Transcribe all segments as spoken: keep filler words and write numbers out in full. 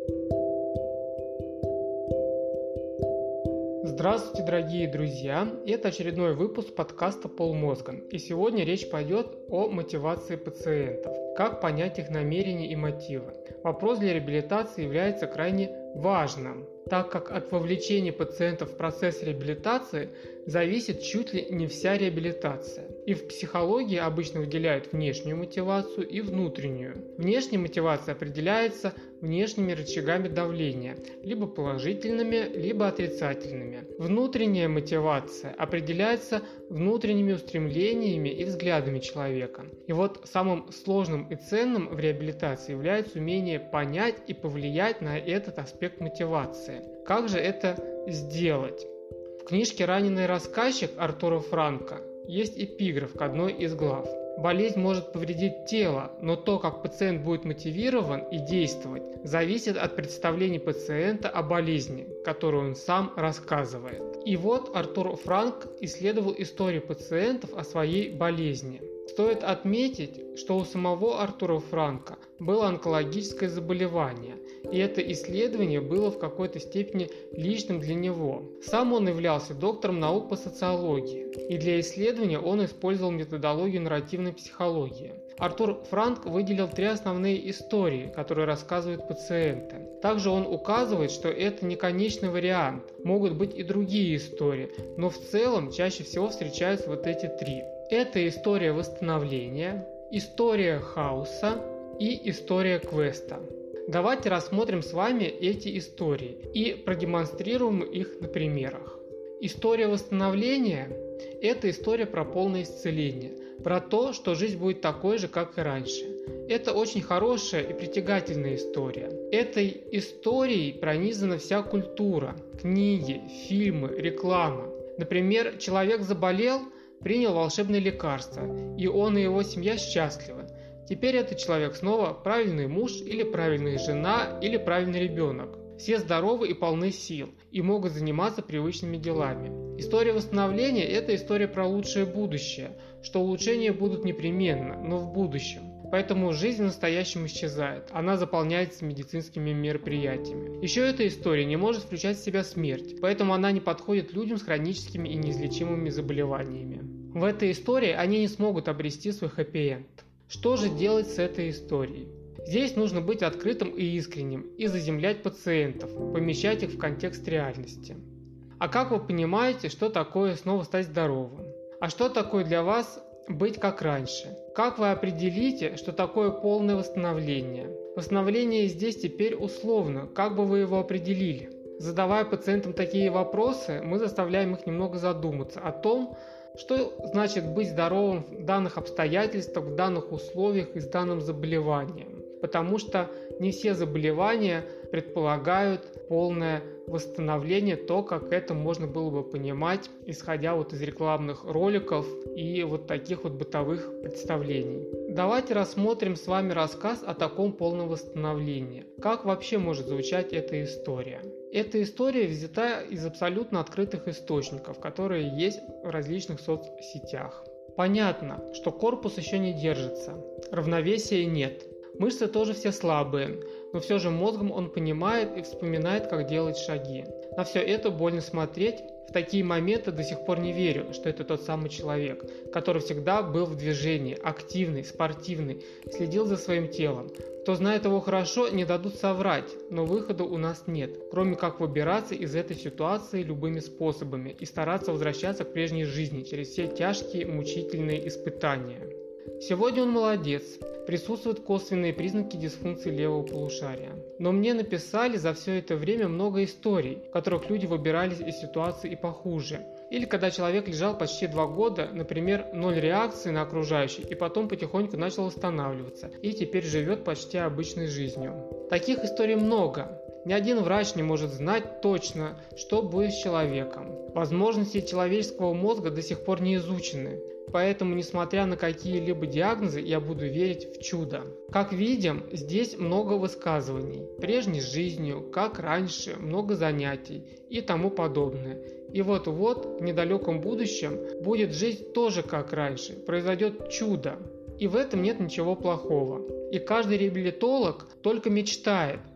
Здравствуйте, дорогие друзья! Это очередной выпуск подкаста «Полмозга». И сегодня речь пойдет о мотивации пациентов. Как понять их намерения и мотивы. Вопрос для реабилитации является крайне важным, так как от вовлечения пациентов в процесс реабилитации зависит чуть ли не вся реабилитация. И в психологии обычно выделяют внешнюю мотивацию и внутреннюю. Внешняя мотивация определяется внешними рычагами давления, либо положительными, либо отрицательными. Внутренняя мотивация определяется внутренними устремлениями и взглядами человека. И вот самым сложным и ценным в реабилитации является умение понять и повлиять на этот аспект мотивации. Как же это сделать? В книжке «Раненый рассказчик» Артура Франка есть эпиграф к одной из глав. Болезнь может повредить тело, но то, как пациент будет мотивирован и действовать, зависит от представлений пациента о болезни, которую он сам рассказывает. И вот Артур Франк исследовал историю пациентов о своей болезни. Стоит отметить, что у самого Артура Франка было онкологическое заболевание, и это исследование было в какой-то степени личным для него. Сам он являлся доктором наук по социологии, и для исследования он использовал методологию нарративной психологии. Артур Франк выделил три основные истории, которые рассказывают пациенты. Также он указывает, что это не конечный вариант, могут быть и другие истории, но в целом чаще всего встречаются вот эти три. Это история восстановления, история хаоса и история квеста. Давайте рассмотрим с вами эти истории и продемонстрируем их на примерах. История восстановления – это история про полное исцеление, про то, что жизнь будет такой же, как и раньше. Это очень хорошая и притягательная история. Этой историей пронизана вся культура, книги, фильмы, реклама. Например, человек заболел, принял волшебное лекарство, и он и его семья счастливы. Теперь этот человек снова правильный муж или правильная жена или правильный ребенок. Все здоровы и полны сил и могут заниматься привычными делами. История восстановления – это история про лучшее будущее, что улучшения будут непременно, но в будущем. Поэтому жизнь в настоящем исчезает, она заполняется медицинскими мероприятиями. Еще эта история не может включать в себя смерть, поэтому она не подходит людям с хроническими и неизлечимыми заболеваниями. В этой истории они не смогут обрести свой хэппи-энд. Что же делать с этой историей? Здесь нужно быть открытым и искренним и заземлять пациентов, помещать их в контекст реальности. А как вы понимаете, что такое снова стать здоровым? А что такое для вас быть как раньше? Как вы определите, что такое полное восстановление? Восстановление здесь теперь условно, как бы вы его определили? Задавая пациентам такие вопросы, мы заставляем их немного задуматься о том, что значит быть здоровым в данных обстоятельствах, в данных условиях и с данным заболеванием. Потому что не все заболевания предполагают полное восстановление, то, как это можно было бы понимать, исходя вот из рекламных роликов и вот таких вот бытовых представлений. Давайте рассмотрим с вами рассказ о таком полном восстановлении. Как вообще может звучать эта история? Эта история взята из абсолютно открытых источников, которые есть в различных соцсетях. Понятно, что корпус еще не держится, равновесия нет. Мышцы тоже все слабые, но все же мозгом он понимает и вспоминает, как делать шаги. На все это больно смотреть. В такие моменты до сих пор не верю, что это тот самый человек, который всегда был в движении, активный, спортивный, следил за своим телом. Кто знает его хорошо, не дадут соврать, но выхода у нас нет, кроме как выбираться из этой ситуации любыми способами и стараться возвращаться к прежней жизни через все тяжкие, мучительные испытания. Сегодня он молодец, присутствуют косвенные признаки дисфункции левого полушария. Но мне написали за все это время много историй, в которых люди выбирались из ситуации и похуже. Или когда человек лежал почти два года, например, ноль реакции на окружающих, и потом потихоньку начал восстанавливаться, и теперь живет почти обычной жизнью. Таких историй много. Ни один врач не может знать точно, что будет с человеком. Возможности человеческого мозга до сих пор не изучены. Поэтому, несмотря на какие-либо диагнозы, я буду верить в чудо. Как видим, здесь много высказываний. Прежней жизнью, как раньше, много занятий и тому подобное. И вот-вот, в недалеком будущем, будет жить тоже как раньше. Произойдет чудо. И в этом нет ничего плохого. И каждый реабилитолог только мечтает,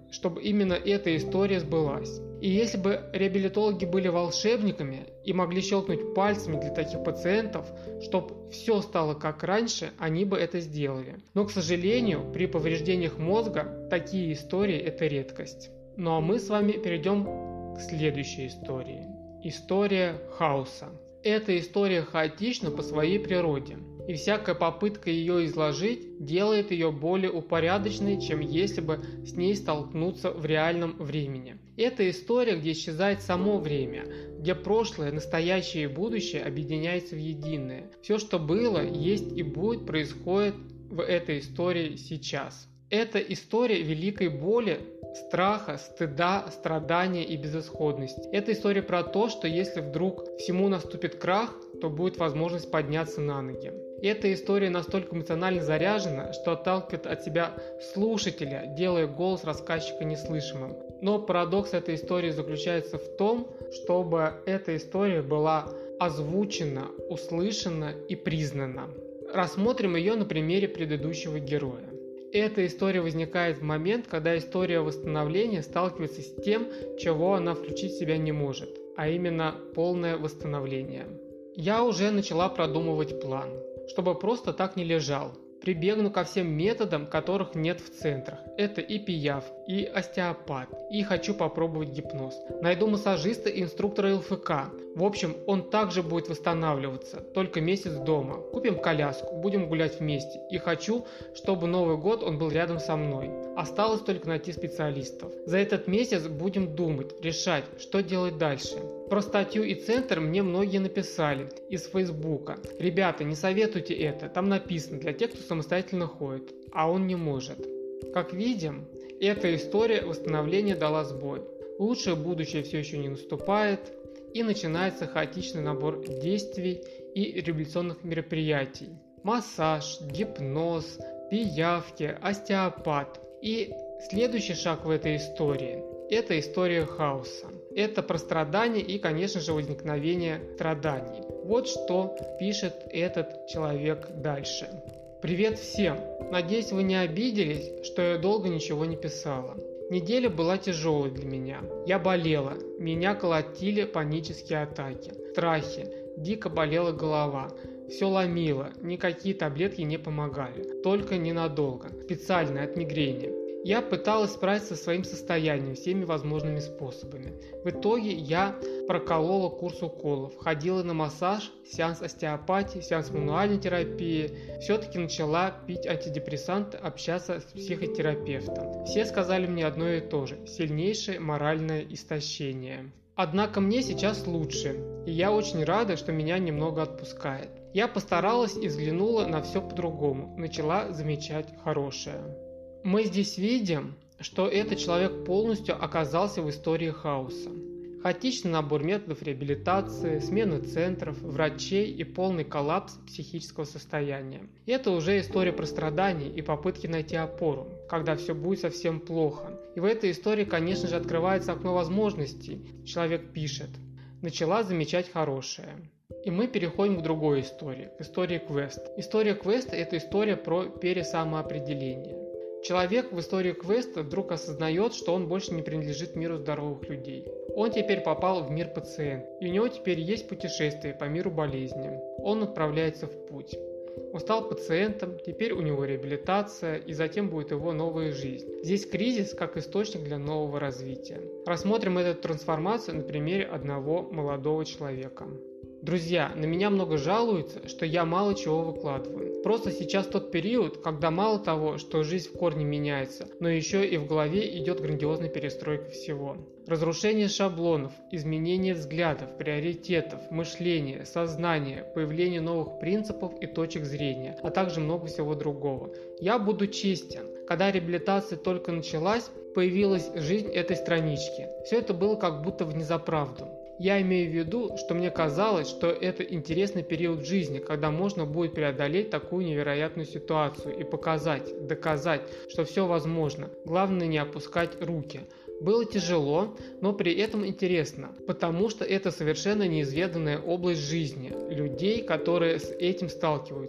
чтобы именно эта история сбылась. И если бы реабилитологи были волшебниками и могли щелкнуть пальцами для таких пациентов, чтобы все стало как раньше, они бы это сделали. Но, к сожалению, при повреждениях мозга такие истории – это редкость. Ну а мы с вами перейдем к следующей истории. История хаоса. Эта история хаотична по своей природе, и всякая попытка ее изложить делает ее более упорядоченной, чем если бы с ней столкнуться в реальном времени. Это история, где исчезает само время, где прошлое, настоящее и будущее объединяются в единое. Все, что было, есть и будет, происходит в этой истории сейчас. Это история великой боли, страха, стыда, страдания и безысходности. Это история про то, что если вдруг всему наступит крах, то будет возможность подняться на ноги. Эта история настолько эмоционально заряжена, что отталкивает от себя слушателя, делая голос рассказчика неслышимым. Но парадокс этой истории заключается в том, чтобы эта история была озвучена, услышана и признана. Рассмотрим ее на примере предыдущего героя. Эта история возникает в момент, когда история восстановления сталкивается с тем, чего она включить в себя не может, а именно полное восстановление. Я уже начала продумывать план, чтобы просто так не лежал. Прибегну ко всем методам, которых нет в центрах. Это и пиявки, и остеопат, и хочу попробовать гипноз. Найду массажиста и инструктора эл эф ка. В общем, он также будет восстанавливаться, только месяц дома. Купим коляску, будем гулять вместе. И хочу, чтобы Новый год он был рядом со мной. Осталось только найти специалистов. За этот месяц будем думать, решать, что делать дальше. Про статью и центр мне многие написали из Фейсбука. Ребята, не советуйте это, там написано для тех, кто самостоятельно ходит, а он не может. Как видим, эта история восстановления дала сбой. Лучшее будущее все еще не наступает, и начинается хаотичный набор действий и реабилитационных мероприятий. Массаж, гипноз, пиявки, остеопат. И следующий шаг в этой истории – это история хаоса. Это про страдания и, конечно же, возникновение страданий. Вот что пишет этот человек дальше. Привет всем! Надеюсь, вы не обиделись, что я долго ничего не писала. Неделя была тяжелой для меня. Я болела, меня колотили панические атаки, страхи, дико болела голова. Все ломило, никакие таблетки не помогали, только ненадолго, специально от мигрени. Я пыталась справиться со своим состоянием всеми возможными способами. В итоге я проколола курс уколов, ходила на массаж, сеанс остеопатии, сеанс мануальной терапии. Все-таки начала пить антидепрессанты, общаться с психотерапевтом. Все сказали мне одно и то же – сильнейшее моральное истощение. Однако мне сейчас лучше, и я очень рада, что меня немного отпускает. Я постаралась и взглянула на все по-другому, начала замечать хорошее. Мы здесь видим, что этот человек полностью оказался в истории хаоса. Хаотичный набор методов реабилитации, смена центров, врачей и полный коллапс психического состояния. Это уже история про страдания и попытки найти опору, когда все будет совсем плохо. И в этой истории, конечно же, открывается окно возможностей. Человек пишет: «Начала замечать хорошее». И мы переходим к другой истории, к истории Квест. История Квеста – это история про пересамоопределение. Человек в истории Квеста вдруг осознает, что он больше не принадлежит миру здоровых людей. Он теперь попал в мир пациента, и у него теперь есть путешествие по миру болезни. Он отправляется в путь. Он стал пациентом, теперь у него реабилитация, и затем будет его новая жизнь. Здесь кризис как источник для нового развития. Рассмотрим эту трансформацию на примере одного молодого человека. Друзья, на меня много жалуются, что я мало чего выкладываю. Просто сейчас тот период, когда мало того, что жизнь в корне меняется, но еще и в голове идет грандиозная перестройка всего. Разрушение шаблонов, изменение взглядов, приоритетов, мышления, сознания, появление новых принципов и точек зрения, а также много всего другого. Я буду честен. Когда реабилитация только началась, появилась жизнь этой странички. Все это было как будто в незаправду. Я имею в виду, что мне казалось, что это интересный период в жизни, когда можно будет преодолеть такую невероятную ситуацию и показать, доказать, что все возможно. Главное не опускать руки. Было тяжело, но при этом интересно, потому что это совершенно неизведанная область жизни людей, которые с этим сталкиваются.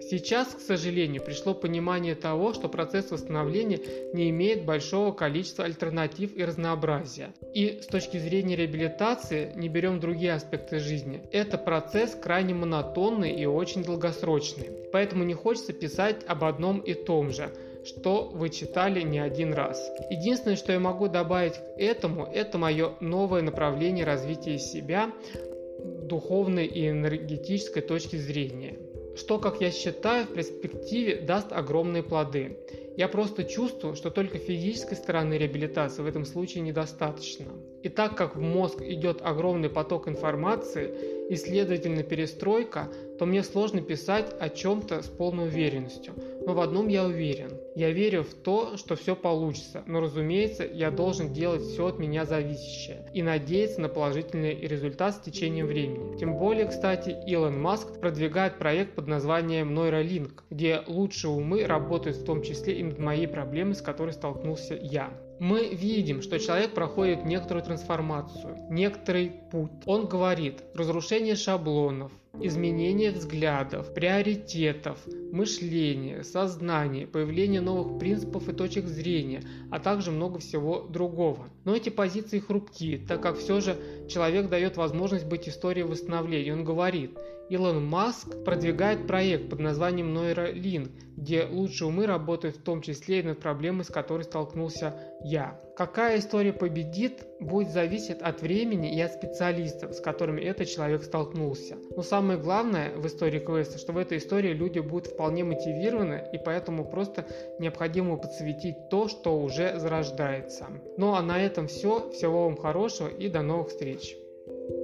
Сейчас, к сожалению, пришло понимание того, что процесс восстановления не имеет большого количества альтернатив и разнообразия. И с точки зрения реабилитации, не берем другие аспекты жизни, это процесс крайне монотонный и очень долгосрочный. Поэтому не хочется писать об одном и том же, что вы читали не один раз. Единственное, что я могу добавить к этому, это мое новое направление развития себя духовной и энергетической точки зрения, что, как я считаю, в перспективе даст огромные плоды. Я просто чувствую, что только физической стороны реабилитации в этом случае недостаточно. И так как в мозг идет огромный поток информации и, следовательно, перестройка, то мне сложно писать о чем-то с полной уверенностью. Но в одном я уверен. Я верю в то, что все получится, но, разумеется, я должен делать все от меня зависящее и надеяться на положительный результат с течением времени. Тем более, кстати, Илон Маск продвигает проект под названием Neuralink, где лучшие умы работают в том числе и над моей проблемой, с которой столкнулся я. Мы видим, что человек проходит некоторую трансформацию, некоторый путь. Он говорит: разрушение шаблонов, изменение взглядов, приоритетов, мышления, сознания, появление новых принципов и точек зрения, а также много всего другого. Но эти позиции хрупки, так как все же человек дает возможность быть историей восстановления. Он говорит: Илон Маск продвигает проект под названием Neuralink, где лучшие умы работают в том числе и над проблемой, с которой столкнулся я. Какая история победит, будет зависеть от времени и от специалистов, с которыми этот человек столкнулся. Но самое главное в истории квеста, что в этой истории люди будут вполне мотивированы, и поэтому просто необходимо подсветить то, что уже зарождается. Ну а на этом все. Всего вам хорошего и до новых встреч.